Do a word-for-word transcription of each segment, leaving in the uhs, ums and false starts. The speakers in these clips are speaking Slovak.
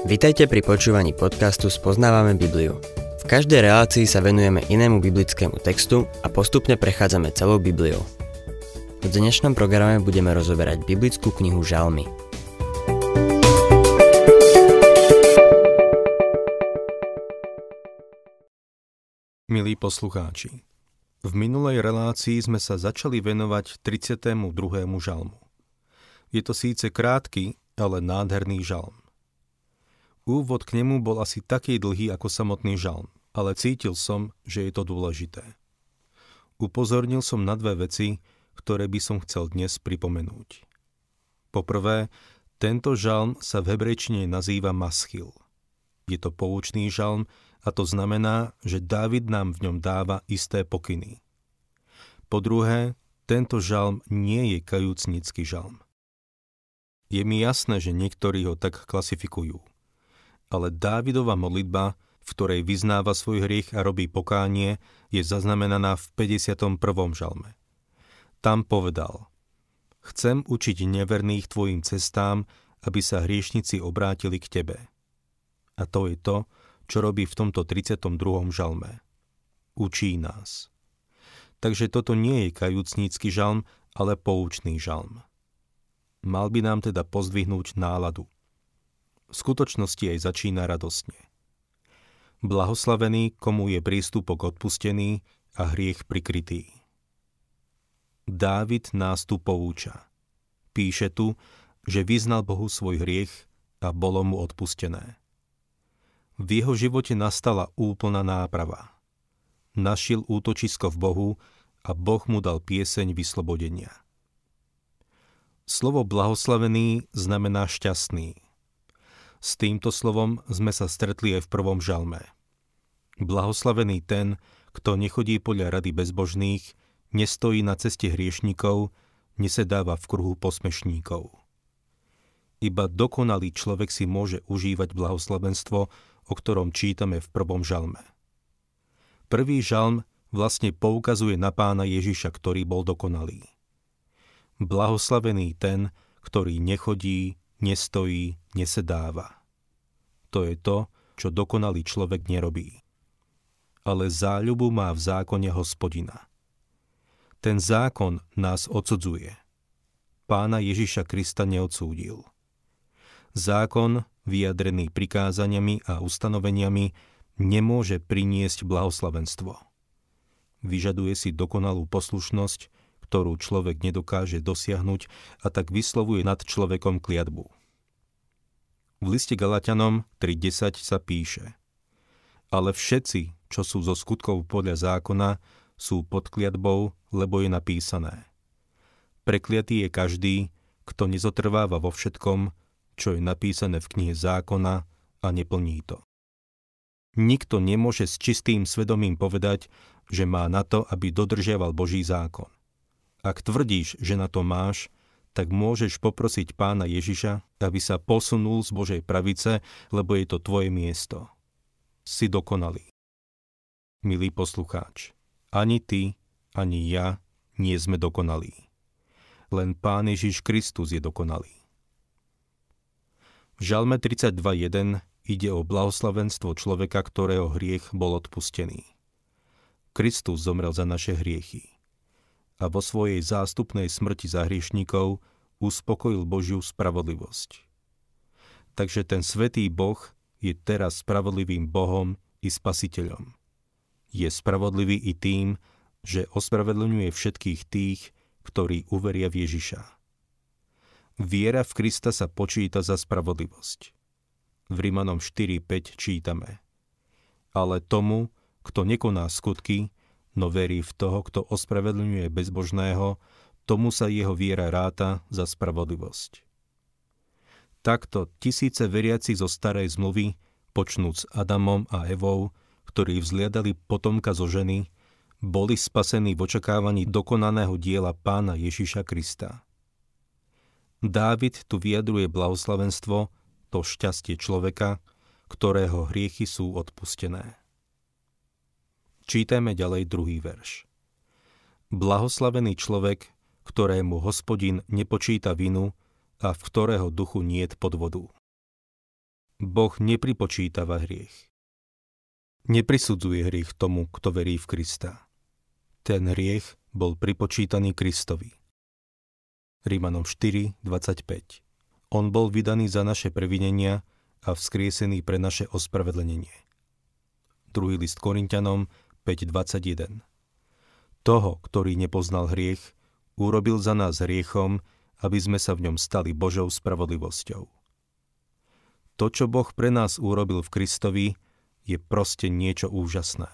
Vitajte pri počúvaní podcastu Spoznávame Bibliu. V každej relácii sa venujeme inému biblickému textu a postupne prechádzame celou Bibliou. V dnešnom programe budeme rozoberať biblickú knihu Žalmy. Milí poslucháči, v minulej relácii sme sa začali venovať tridsiatemu druhému žalmu. Je to síce krátky, ale nádherný žalm. Úvod k nemu bol asi taký dlhý ako samotný žalm, ale cítil som, že je to dôležité. Upozornil som na dve veci, ktoré by som chcel dnes pripomenúť. Poprvé, tento žalm sa v hebrejčine nazýva maschil. Je to poučný žalm a to znamená, že Dávid nám v ňom dáva isté pokyny. Po druhé, tento žalm nie je kajúcnický žalm. Je mi jasné, že niektorí ho tak klasifikujú. Ale Dávidova modlitba, v ktorej vyznáva svoj hriech a robí pokánie, je zaznamenaná v päťdesiatom prvom žalme. Tam povedal: Chcem učiť neverných tvojim cestám, aby sa hriešnici obrátili k tebe. A to je to, čo robí v tomto tridsiatom druhom žalme. Učí nás. Takže toto nie je kajúcnícky žalm, ale poučný žalm. Mal by nám teda pozdvihnúť náladu. V skutočnosti aj začína radostne. Blahoslavený, komu je prístupok odpustený a hriech prikrytý. Dávid nás tu pouča. Píše tu, že vyznal Bohu svoj hriech a bolo mu odpustené. V jeho živote nastala úplná náprava. Našiel útočisko v Bohu a Boh mu dal pieseň vyslobodenia. Slovo blahoslavený znamená šťastný. S týmto slovom sme sa stretli aj v prvom žalme. Blahoslavený ten, kto nechodí podľa rady bezbožných, nestojí na ceste hriešnikov, nesedáva v kruhu posmešníkov. Iba dokonalý človek si môže užívať blahoslavenstvo, o ktorom čítame v prvom žalme. Prvý žalm vlastne poukazuje na Pána Ježiša, ktorý bol dokonalý. Blahoslavený ten, ktorý nechodí, nestojí, nesedáva. To je to, čo dokonalý človek nerobí. Ale záľubu má v zákone Hospodina. Ten zákon nás odsudzuje. Pána Ježiša Krista neodsúdil. Zákon, vyjadrený prikázaniami a ustanoveniami, nemôže priniesť blahoslavenstvo. Vyžaduje si dokonalú poslušnosť, ktorú človek nedokáže dosiahnuť, a tak vyslovuje nad človekom kliatbu. V liste Galatianom tri desať sa píše: Ale všetci, čo sú zo skutkov podľa zákona, sú pod kliatbou, lebo je napísané: Prekliatý je každý, kto nezotrváva vo všetkom, čo je napísané v knihe zákona a neplní to. Nikto nemôže s čistým svedomím povedať, že má na to, aby dodržiaval Boží zákon. Ak tvrdíš, že na to máš, tak môžeš poprosiť Pána Ježiša, aby sa posunul z Božej pravice, lebo je to tvoje miesto. Si dokonalý. Milý poslucháč, ani ty, ani ja nie sme dokonalí. Len Pán Ježiš Kristus je dokonalý. V žalme tridsaťdva jeden ide o blahoslavenstvo človeka, ktorého hriech bol odpustený. Kristus zomrel za naše hriechy a vo svojej zástupnej smrti za hriešnikov uspokojil Božiu spravodlivosť. Takže ten svätý Boh je teraz spravodlivým Bohom i Spasiteľom. Je spravodlivý i tým, že ospravedlňuje všetkých tých, ktorí uveria v Ježiša. Viera v Krista sa počíta za spravodlivosť. V Rimanom štyri päť čítame: Ale tomu, kto nekoná skutky, no verí v toho, kto ospravedlňuje bezbožného, tomu sa jeho viera ráta za spravodlivosť. Takto tisíce veriacich zo starej zmluvy, počnúc Adamom a Evou, ktorí vzliadali potomka zo ženy, boli spasení v očakávaní dokonaného diela Pána Ježiša Krista. Dávid tu vyjadruje blahoslavenstvo, to šťastie človeka, ktorého hriechy sú odpustené. Čítajme ďalej druhý verš. Blahoslavený človek, ktorému Hospodin nepočíta vinu a v ktorého duchu niet podvodu. Boh nepripočítava hriech. Neprisudzuje hriech tomu, kto verí v Krista. Ten hriech bol pripočítaný Kristovi. Rímanom štyri dvadsaťpäť. On bol vydaný za naše previnenia a vzkriesený pre naše ospravedlnenie. Druhý list Korinťanom päť dvadsaťjeden. Toho, ktorý nepoznal hriech, urobil za nás hriechom, aby sme sa v ňom stali Božou spravodlivosťou. To, čo Boh pre nás urobil v Kristovi, je proste niečo úžasné.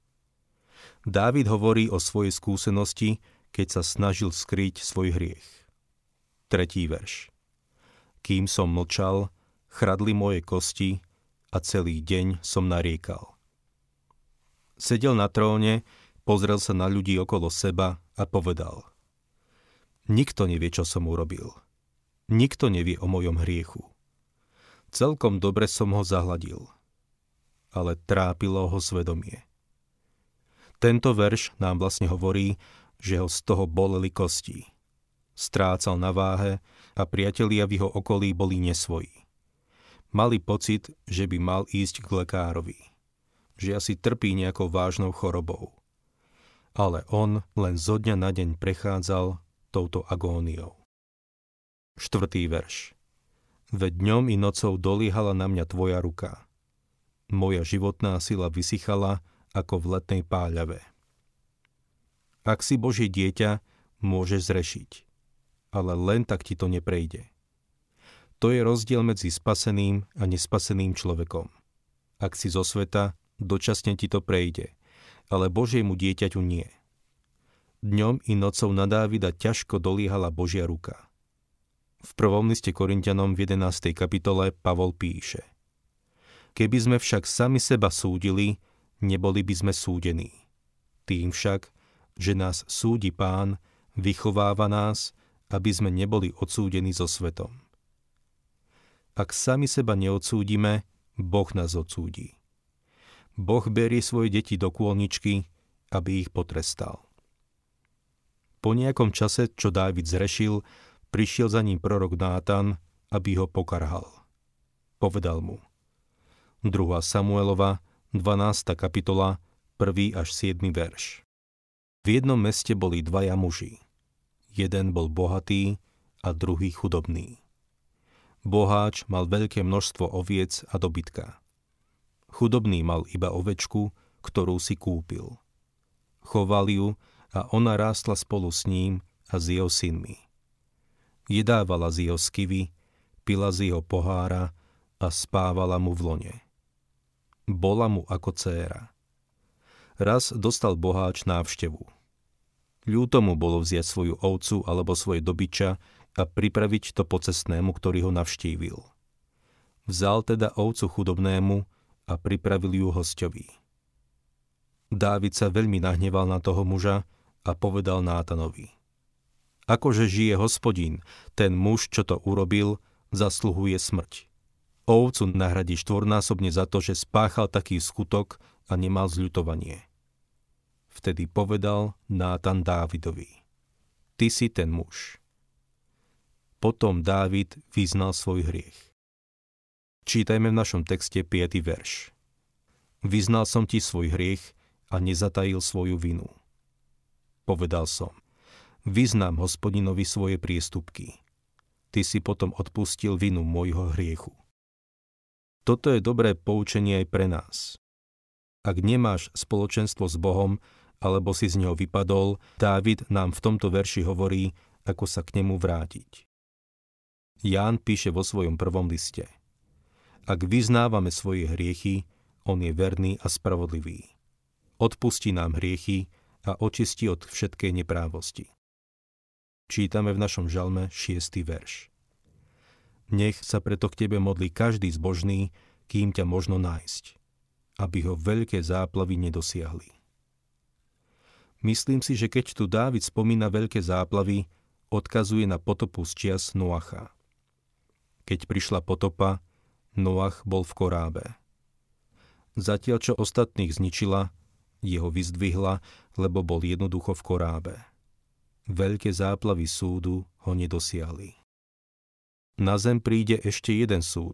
Dávid hovorí o svojej skúsenosti, keď sa snažil skryť svoj hriech. Tretí verš. Kým som mlčal, chradli moje kosti a celý deň som nariekal. Sedel na tróne, pozrel sa na ľudí okolo seba a povedal: Nikto nevie, čo som urobil. Nikto nevie o mojom hriechu. Celkom dobre som ho zahladil, ale trápilo ho svedomie. Tento verš nám vlastne hovorí, že ho z toho boleli kosti. Strácal na váhe a priatelia v jeho okolí boli nesvojí. Mali pocit, že by mal ísť k lekárovi, že asi trpí nejakou vážnou chorobou. Ale on len zo dňa na deň prechádzal touto agóniou. Štvrtý verš. Veď dňom i nocou doliehala na mňa tvoja ruka. Moja životná sila vysychala ako v letnej páľave. Ak si Božie dieťa, môžeš zrešiť, ale len tak ti to neprejde. To je rozdiel medzi spaseným a nespaseným človekom. Ak si zo sveta, dočasne ti to prejde, ale Božiemu dieťaťu nie. Dňom i nocou na Dávida ťažko doliehala Božia ruka. V prvom liste Korinťanom v jedenástej kapitole Pavol píše: Keby sme však sami seba súdili, neboli by sme súdení. Tým však, že nás súdi Pán, vychováva nás, aby sme neboli odsúdení so svetom. Ak sami seba neodsúdime, Boh nás odsúdi. Boh berie svoje deti do kôlničky, aby ich potrestal. Po nejakom čase, čo Dávid zrešil, prišiel za ním prorok Nátan, aby ho pokarhal. Povedal mu. druhá Samuelova, dvanásta kapitola, prvý až siedmy verš. V jednom meste boli dvaja muži. Jeden bol bohatý a druhý chudobný. Boháč mal veľké množstvo oviec a dobytka. Chudobný mal iba ovečku, ktorú si kúpil. Choval ju a ona rástla spolu s ním a s jeho synmi. Jedávala z jeho skivy, pila z jeho pohára a spávala mu v lone. Bola mu ako dcéra. Raz dostal boháč návštevu. Ľúto mu bolo vziať svoju ovcu alebo svoje dobyča a pripraviť to pocestnému, ktorý ho navštívil. Vzal teda ovcu chudobnému a pripravil ju hosťovi. Dávid sa veľmi nahneval na toho muža a povedal Nátanovi: Akože žije Hospodín, ten muž, čo to urobil, zasluhuje smrť. Ovcu nahradí štvornásobne za to, že spáchal taký skutok a nemal zľutovanie. Vtedy povedal Nátan Dávidovi: Ty si ten muž. Potom Dávid vyznal svoj hriech. Čítajme v našom texte piaty verš. Vyznal som ti svoj hriech a nezatajil svoju vinu. Povedal som: Vyznám Hospodinovi svoje priestupky. Ty si potom odpustil vinu môjho hriechu. Toto je dobré poučenie aj pre nás. Ak nemáš spoločenstvo s Bohom, alebo si z neho vypadol, Dávid nám v tomto verši hovorí, ako sa k nemu vrátiť. Ján píše vo svojom prvom liste: Ak vyznávame svoje hriechy, on je verný a spravodlivý. Odpustí nám hriechy a očistí od všetkej neprávosti. Čítame v našom žalme šiesty verš. Nech sa preto k tebe modlí každý zbožný, kým ťa možno nájsť, aby ho veľké záplavy nedosiahli. Myslím si, že keď tu Dávid spomína veľké záplavy, odkazuje na potopu z čias Noacha. Keď prišla potopa, Noach bol v korábe. Zatiaľ, čo ostatných zničila, jeho vyzdvihla, lebo bol jednoducho v korábe. Veľké záplavy súdu ho nedosiahli. Na zem príde ešte jeden súd,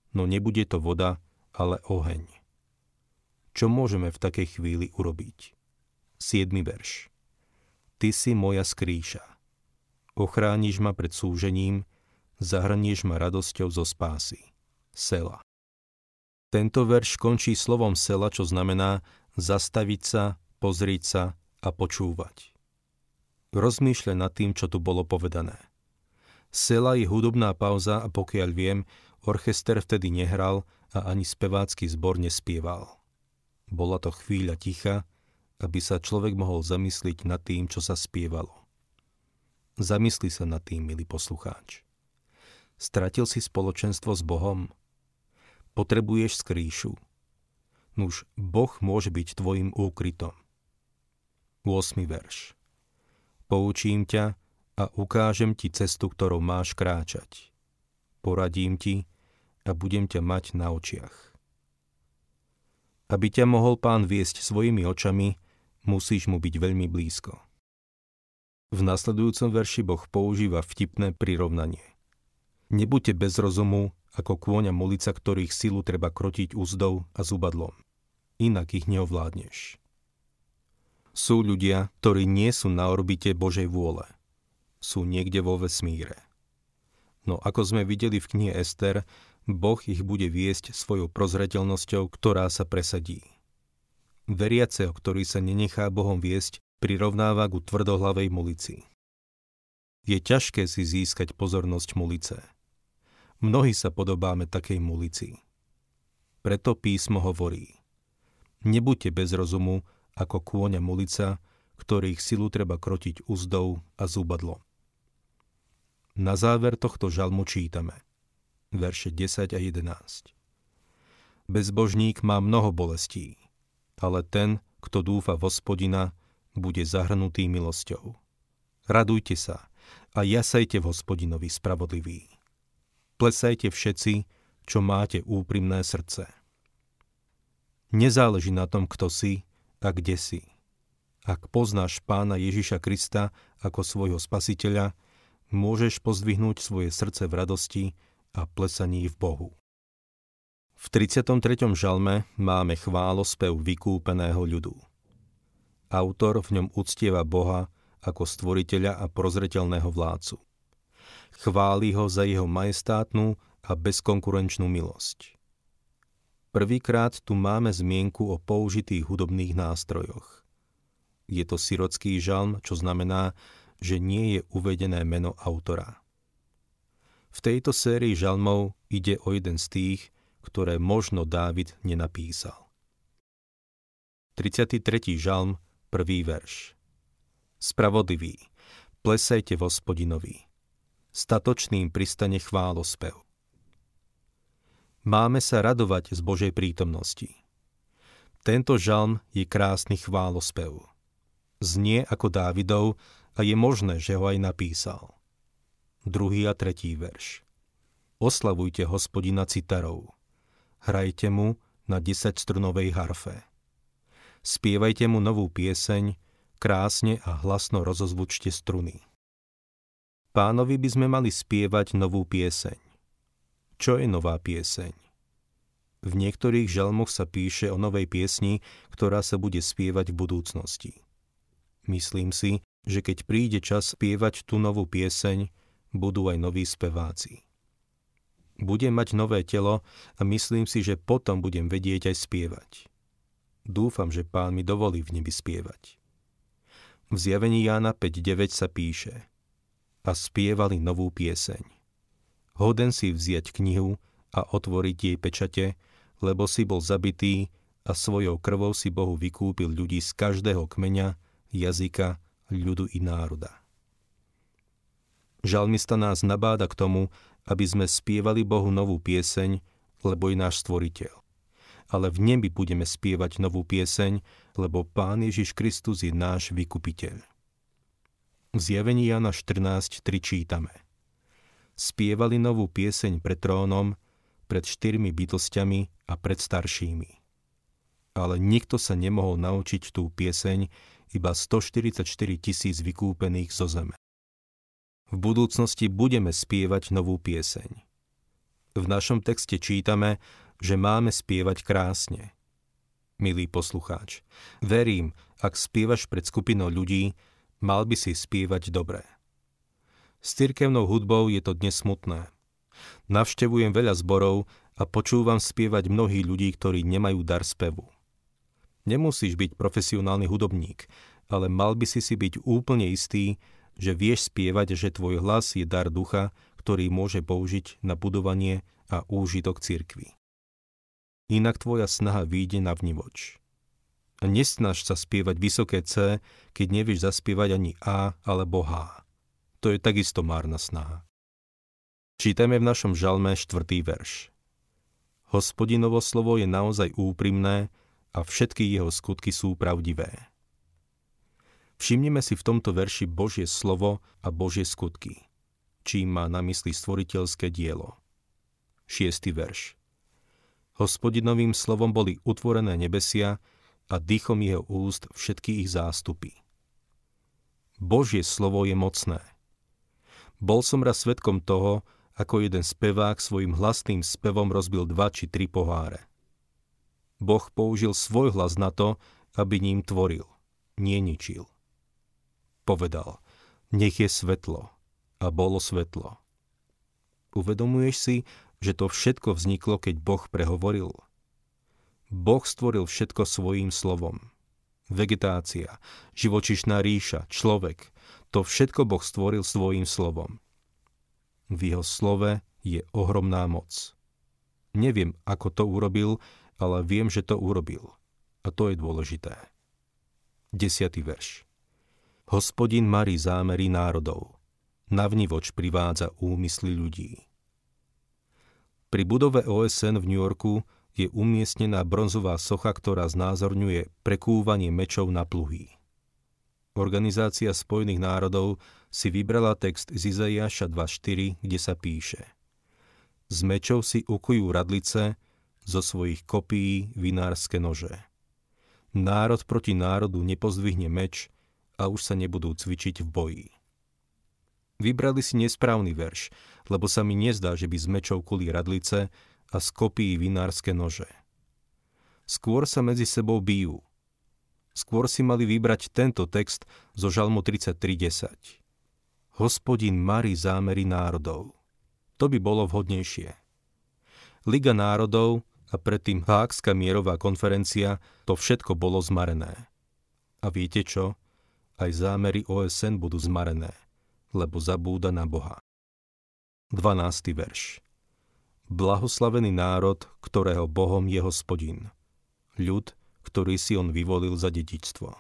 no nebude to voda, ale oheň. Čo môžeme v takej chvíli urobiť? siedmy verš. Ty si moja skrýša. Ochrániš ma pred súžením, zahrnieš ma radosťou zo spásy. Sela. Tento verš končí slovom sela, čo znamená zastaviť sa, pozrieť sa a počúvať. Rozmýšľaj nad tým, čo tu bolo povedané. Sela je hudobná pauza a pokiaľ viem, orchester vtedy nehral a ani spevácky zbor nespieval. Bola to chvíľa ticha, aby sa človek mohol zamysliť nad tým, čo sa spievalo. Zamysli sa nad tým, milý poslucháč. Stratil si spoločenstvo s Bohom? Potrebuješ skrýšu? Nuž, Boh môže byť tvojim úkrytom. ôsmy verš. Poučím ťa a ukážem ti cestu, ktorou máš kráčať. Poradím ti a budem ťa mať na očiach. Aby ťa mohol Pán viesť svojimi očami, musíš mu byť veľmi blízko. V nasledujúcom verši Boh používa vtipné prirovnanie. Nebuďte bez rozumu, ako kôň a mulica, ktorých silu treba krotiť úzdou a zubadlom. Inak ich neovládneš. Sú ľudia, ktorí nie sú na orbite Božej vôle. Sú niekde vo vesmíre. No ako sme videli v knihe Ester, Boh ich bude viesť svojou prozreteľnosťou, ktorá sa presadí. Veriaceho, ktorý sa nenechá Bohom viesť, prirovnáva ku tvrdohlavej mulici. Je ťažké si získať pozornosť mulice. Mnohí sa podobáme takej mulici. Preto písmo hovorí: nebuďte bez rozumu ako kôň a mulica, ktorých silu treba krotiť úzdou a zúbadlom. Na záver tohto žalmu čítame verše desať a jedenásť. Bezbožník má mnoho bolestí, ale ten, kto dúfa v Hospodina, bude zahrnutý milosťou. Radujte sa a jasajte v Hospodinovi spravodliví. Plesajte všetci, čo máte úprimné srdce. Nezáleží na tom, kto si a kde si. Ak poznáš Pána Ježiša Krista ako svojho spasiteľa, môžeš pozdvihnúť svoje srdce v radosti a plesaní v Bohu. V tridsiatom treťom žalme máme chválospev vykúpeného ľudu. Autor v ňom uctieva Boha ako stvoriteľa a prozreteľného vládcu. Chváli ho za jeho majestátnu a bezkonkurenčnú milosť. Prvýkrát tu máme zmienku o použitých hudobných nástrojoch. Je to sirotský žalm, čo znamená, že nie je uvedené meno autora. V tejto sérii žalmov ide o jeden z tých, ktoré možno Dávid nenapísal. tridsiaty tretí žalm, prvý verš. Spravodlivý, plesajte v Hospodinovi. Statočným pristane chválospev. Máme sa radovať z Božej prítomnosti. Tento žalm je krásny chválospev. Znie ako Dávidov a je možné, že ho aj napísal. Druhý a tretí verš. Oslavujte Hospodina citarou. Hrajte mu na desaťstrunovej harfe. Spievajte mu novú pieseň, krásne a hlasno rozozvučte struny. Pánovi by sme mali spievať novú pieseň. Čo je nová pieseň? V niektorých žalmoch sa píše o novej piesni, ktorá sa bude spievať v budúcnosti. Myslím si, že keď príde čas spievať tú novú pieseň, budú aj noví speváci. Budem mať nové telo a myslím si, že potom budem vedieť aj spievať. Dúfam, že Pán mi dovolí v nebi spievať. V Zjavení Jána päť deväť sa píše: a spievali novú pieseň. Hoden si vziať knihu a otvoriť jej pečate, lebo si bol zabitý a svojou krvou si Bohu vykúpil ľudí z každého kmeňa, jazyka, ľudu i národa. Žalmista nás nabáda k tomu, aby sme spievali Bohu novú pieseň, lebo je náš stvoriteľ. Ale v nebi budeme spievať novú pieseň, lebo Pán Ježiš Kristus je náš vykupiteľ. V Zjavení Jána štrnásť tri čítame: Spievali novú pieseň pred trónom, pred štyrmi bytosťami a pred staršími. Ale nikto sa nemohol naučiť tú pieseň, iba stoštyridsaťštyri tisíc vykúpených zo zeme. V budúcnosti budeme spievať novú pieseň. V našom texte čítame, že máme spievať krásne. Milý poslucháč, verím, ak spievaš pred skupinou ľudí, mal by si spievať dobre. S cirkevnou hudbou je to dnes smutné. Navštevujem veľa zborov a počúvam spievať mnohých ľudí, ktorí nemajú dar spevu. Nemusíš byť profesionálny hudobník, ale mal by si si byť úplne istý, že vieš spievať, že tvoj hlas je dar ducha, ktorý môže použiť na budovanie a úžitok cirkvi. Inak tvoja snaha vyjde na vnivoč. A nesnaž sa spievať vysoké C, keď nevieš zaspievať ani A alebo H. To je takisto márna snaha. Čítame v našom žalme štvrtý verš. Hospodinovo slovo je naozaj úprimné a všetky jeho skutky sú pravdivé. Všimnime si v tomto verši Božie slovo a Božie skutky, čím má na mysli stvoriteľské dielo. Šiestý verš. Hospodinovým slovom boli utvorené nebesia a dýchom jeho úst všetky ich zástupy. Božie slovo je mocné. Bol som raz svedkom toho, ako jeden spevák svojim hlasným spevom rozbil dva či tri poháre. Boh použil svoj hlas na to, aby ním tvoril, nie ničil. Povedal, nech je svetlo, a bolo svetlo. Uvedomuješ si, že to všetko vzniklo, keď Boh prehovoril? Boh stvoril všetko svojím slovom. Vegetácia, živočíšna ríša, človek, to všetko Boh stvoril svojím slovom. V jeho slove je ohromná moc. Neviem, ako to urobil, ale viem, že to urobil. A to je dôležité. Desiatý verš. Hospodin marí zámery národov. Navnivoč privádza úmysly ľudí. Pri budove ó es en v New Yorku je umiestnená bronzová socha, ktorá znázorňuje prekúvanie mečov na pluhy. Organizácia Spojených národov si vybrala text z Izaiáša dva štyri, kde sa píše: Z mečov si ukujú radlice, zo svojich kopií vinárske nože. Národ proti národu nepozdvihne meč a už sa nebudú cvičiť v boji. Vybrali si nesprávny verš, lebo sa mi nezdá, že by z mečov kuli radlice a z kopií vinárske nože. Skôr sa medzi sebou bijú. Skôr si mali vybrať tento text zo Žalmu tridsaťtri desať. Hospodin marí zámery národov. To by bolo vhodnejšie. Liga národov a predtým Hágska mierová konferencia, to všetko bolo zmarené. A viete čo? Aj zámery ó es en budú zmarené, lebo zabúda na Boha. dvanásty verš. Blahoslavený národ, ktorého Bohom je Hospodin. Ľud, ktorý si on vyvolil za dedičstvo.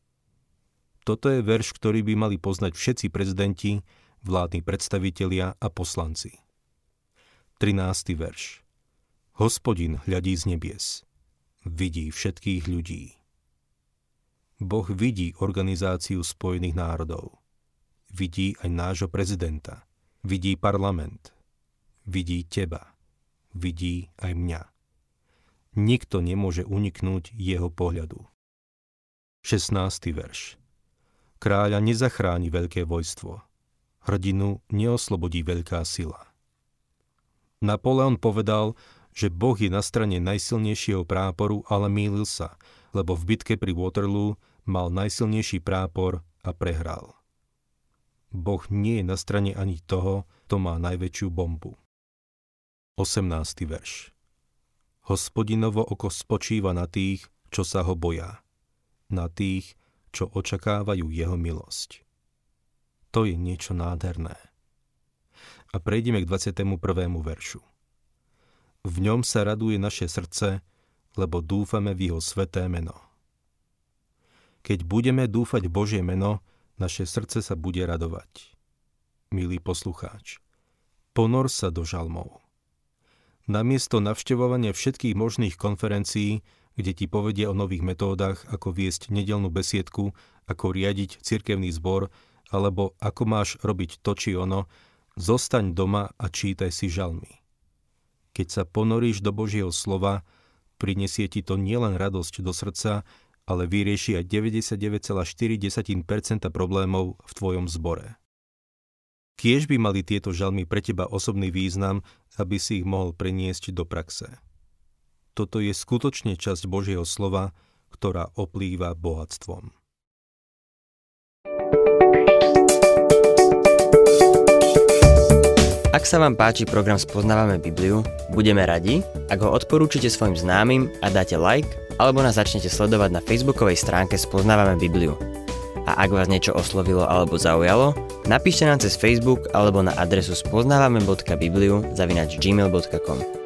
Toto je verš, ktorý by mali poznať všetci prezidenti, vládni predstavitelia a poslanci. trinásty verš. Hospodin hľadí z nebies. Vidí všetkých ľudí. Boh vidí Organizáciu Spojených národov. Vidí aj nášho prezidenta. Vidí parlament. Vidí teba. Vidí aj mňa. Nikto nemôže uniknúť jeho pohľadu. šestnásty verš. Kráľa nezachráni veľké vojstvo. Hrdinu neoslobodí veľká sila. Napoleon povedal, že Boh je na strane najsilnejšieho práporu, ale mýlil sa, lebo v bitke pri Waterloo mal najsilnejší prápor a prehral. Boh nie je na strane ani toho, kto má najväčšiu bombu. osemnásty verš. Hospodinovo oko spočíva na tých, čo sa ho boja, na tých, čo očakávajú jeho milosť. To je niečo nádherné. A prejdeme k dvadsiatemu prvému veršu. V ňom sa raduje naše srdce, lebo dúfame v jeho sväté meno. Keď budeme dúfať v Božie meno, naše srdce sa bude radovať. Milý poslucháč, ponor sa do žalmov. Namiesto navštevovania všetkých možných konferencií, kde ti povedia o nových metódach, ako viesť nedeľnú besiedku, ako riadiť cirkevný zbor, alebo ako máš robiť to či ono, zostaň doma a čítaj si žalmy. Keď sa ponoríš do Božieho slova, prinesie ti to nielen radosť do srdca, ale vyrieši aj deväťdesiatdeväť celá štyri percenta problémov v tvojom zbore. Kiež by mali tieto žalmy pre teba osobný význam, aby si ich mohol preniesť do praxe. Toto je skutočne časť Božieho slova, ktorá oplýva bohatstvom. Ak sa vám páči program Spoznávame Bibliu, budeme radi, ak ho odporúčite svojim známym a dáte like, alebo nás začnete sledovať na facebookovej stránke Spoznávame Bibliu. A ak vás niečo oslovilo alebo zaujalo, napíšte nám cez Facebook alebo na adresu spoznávame bodka bibliu zavináč gmail bodka com.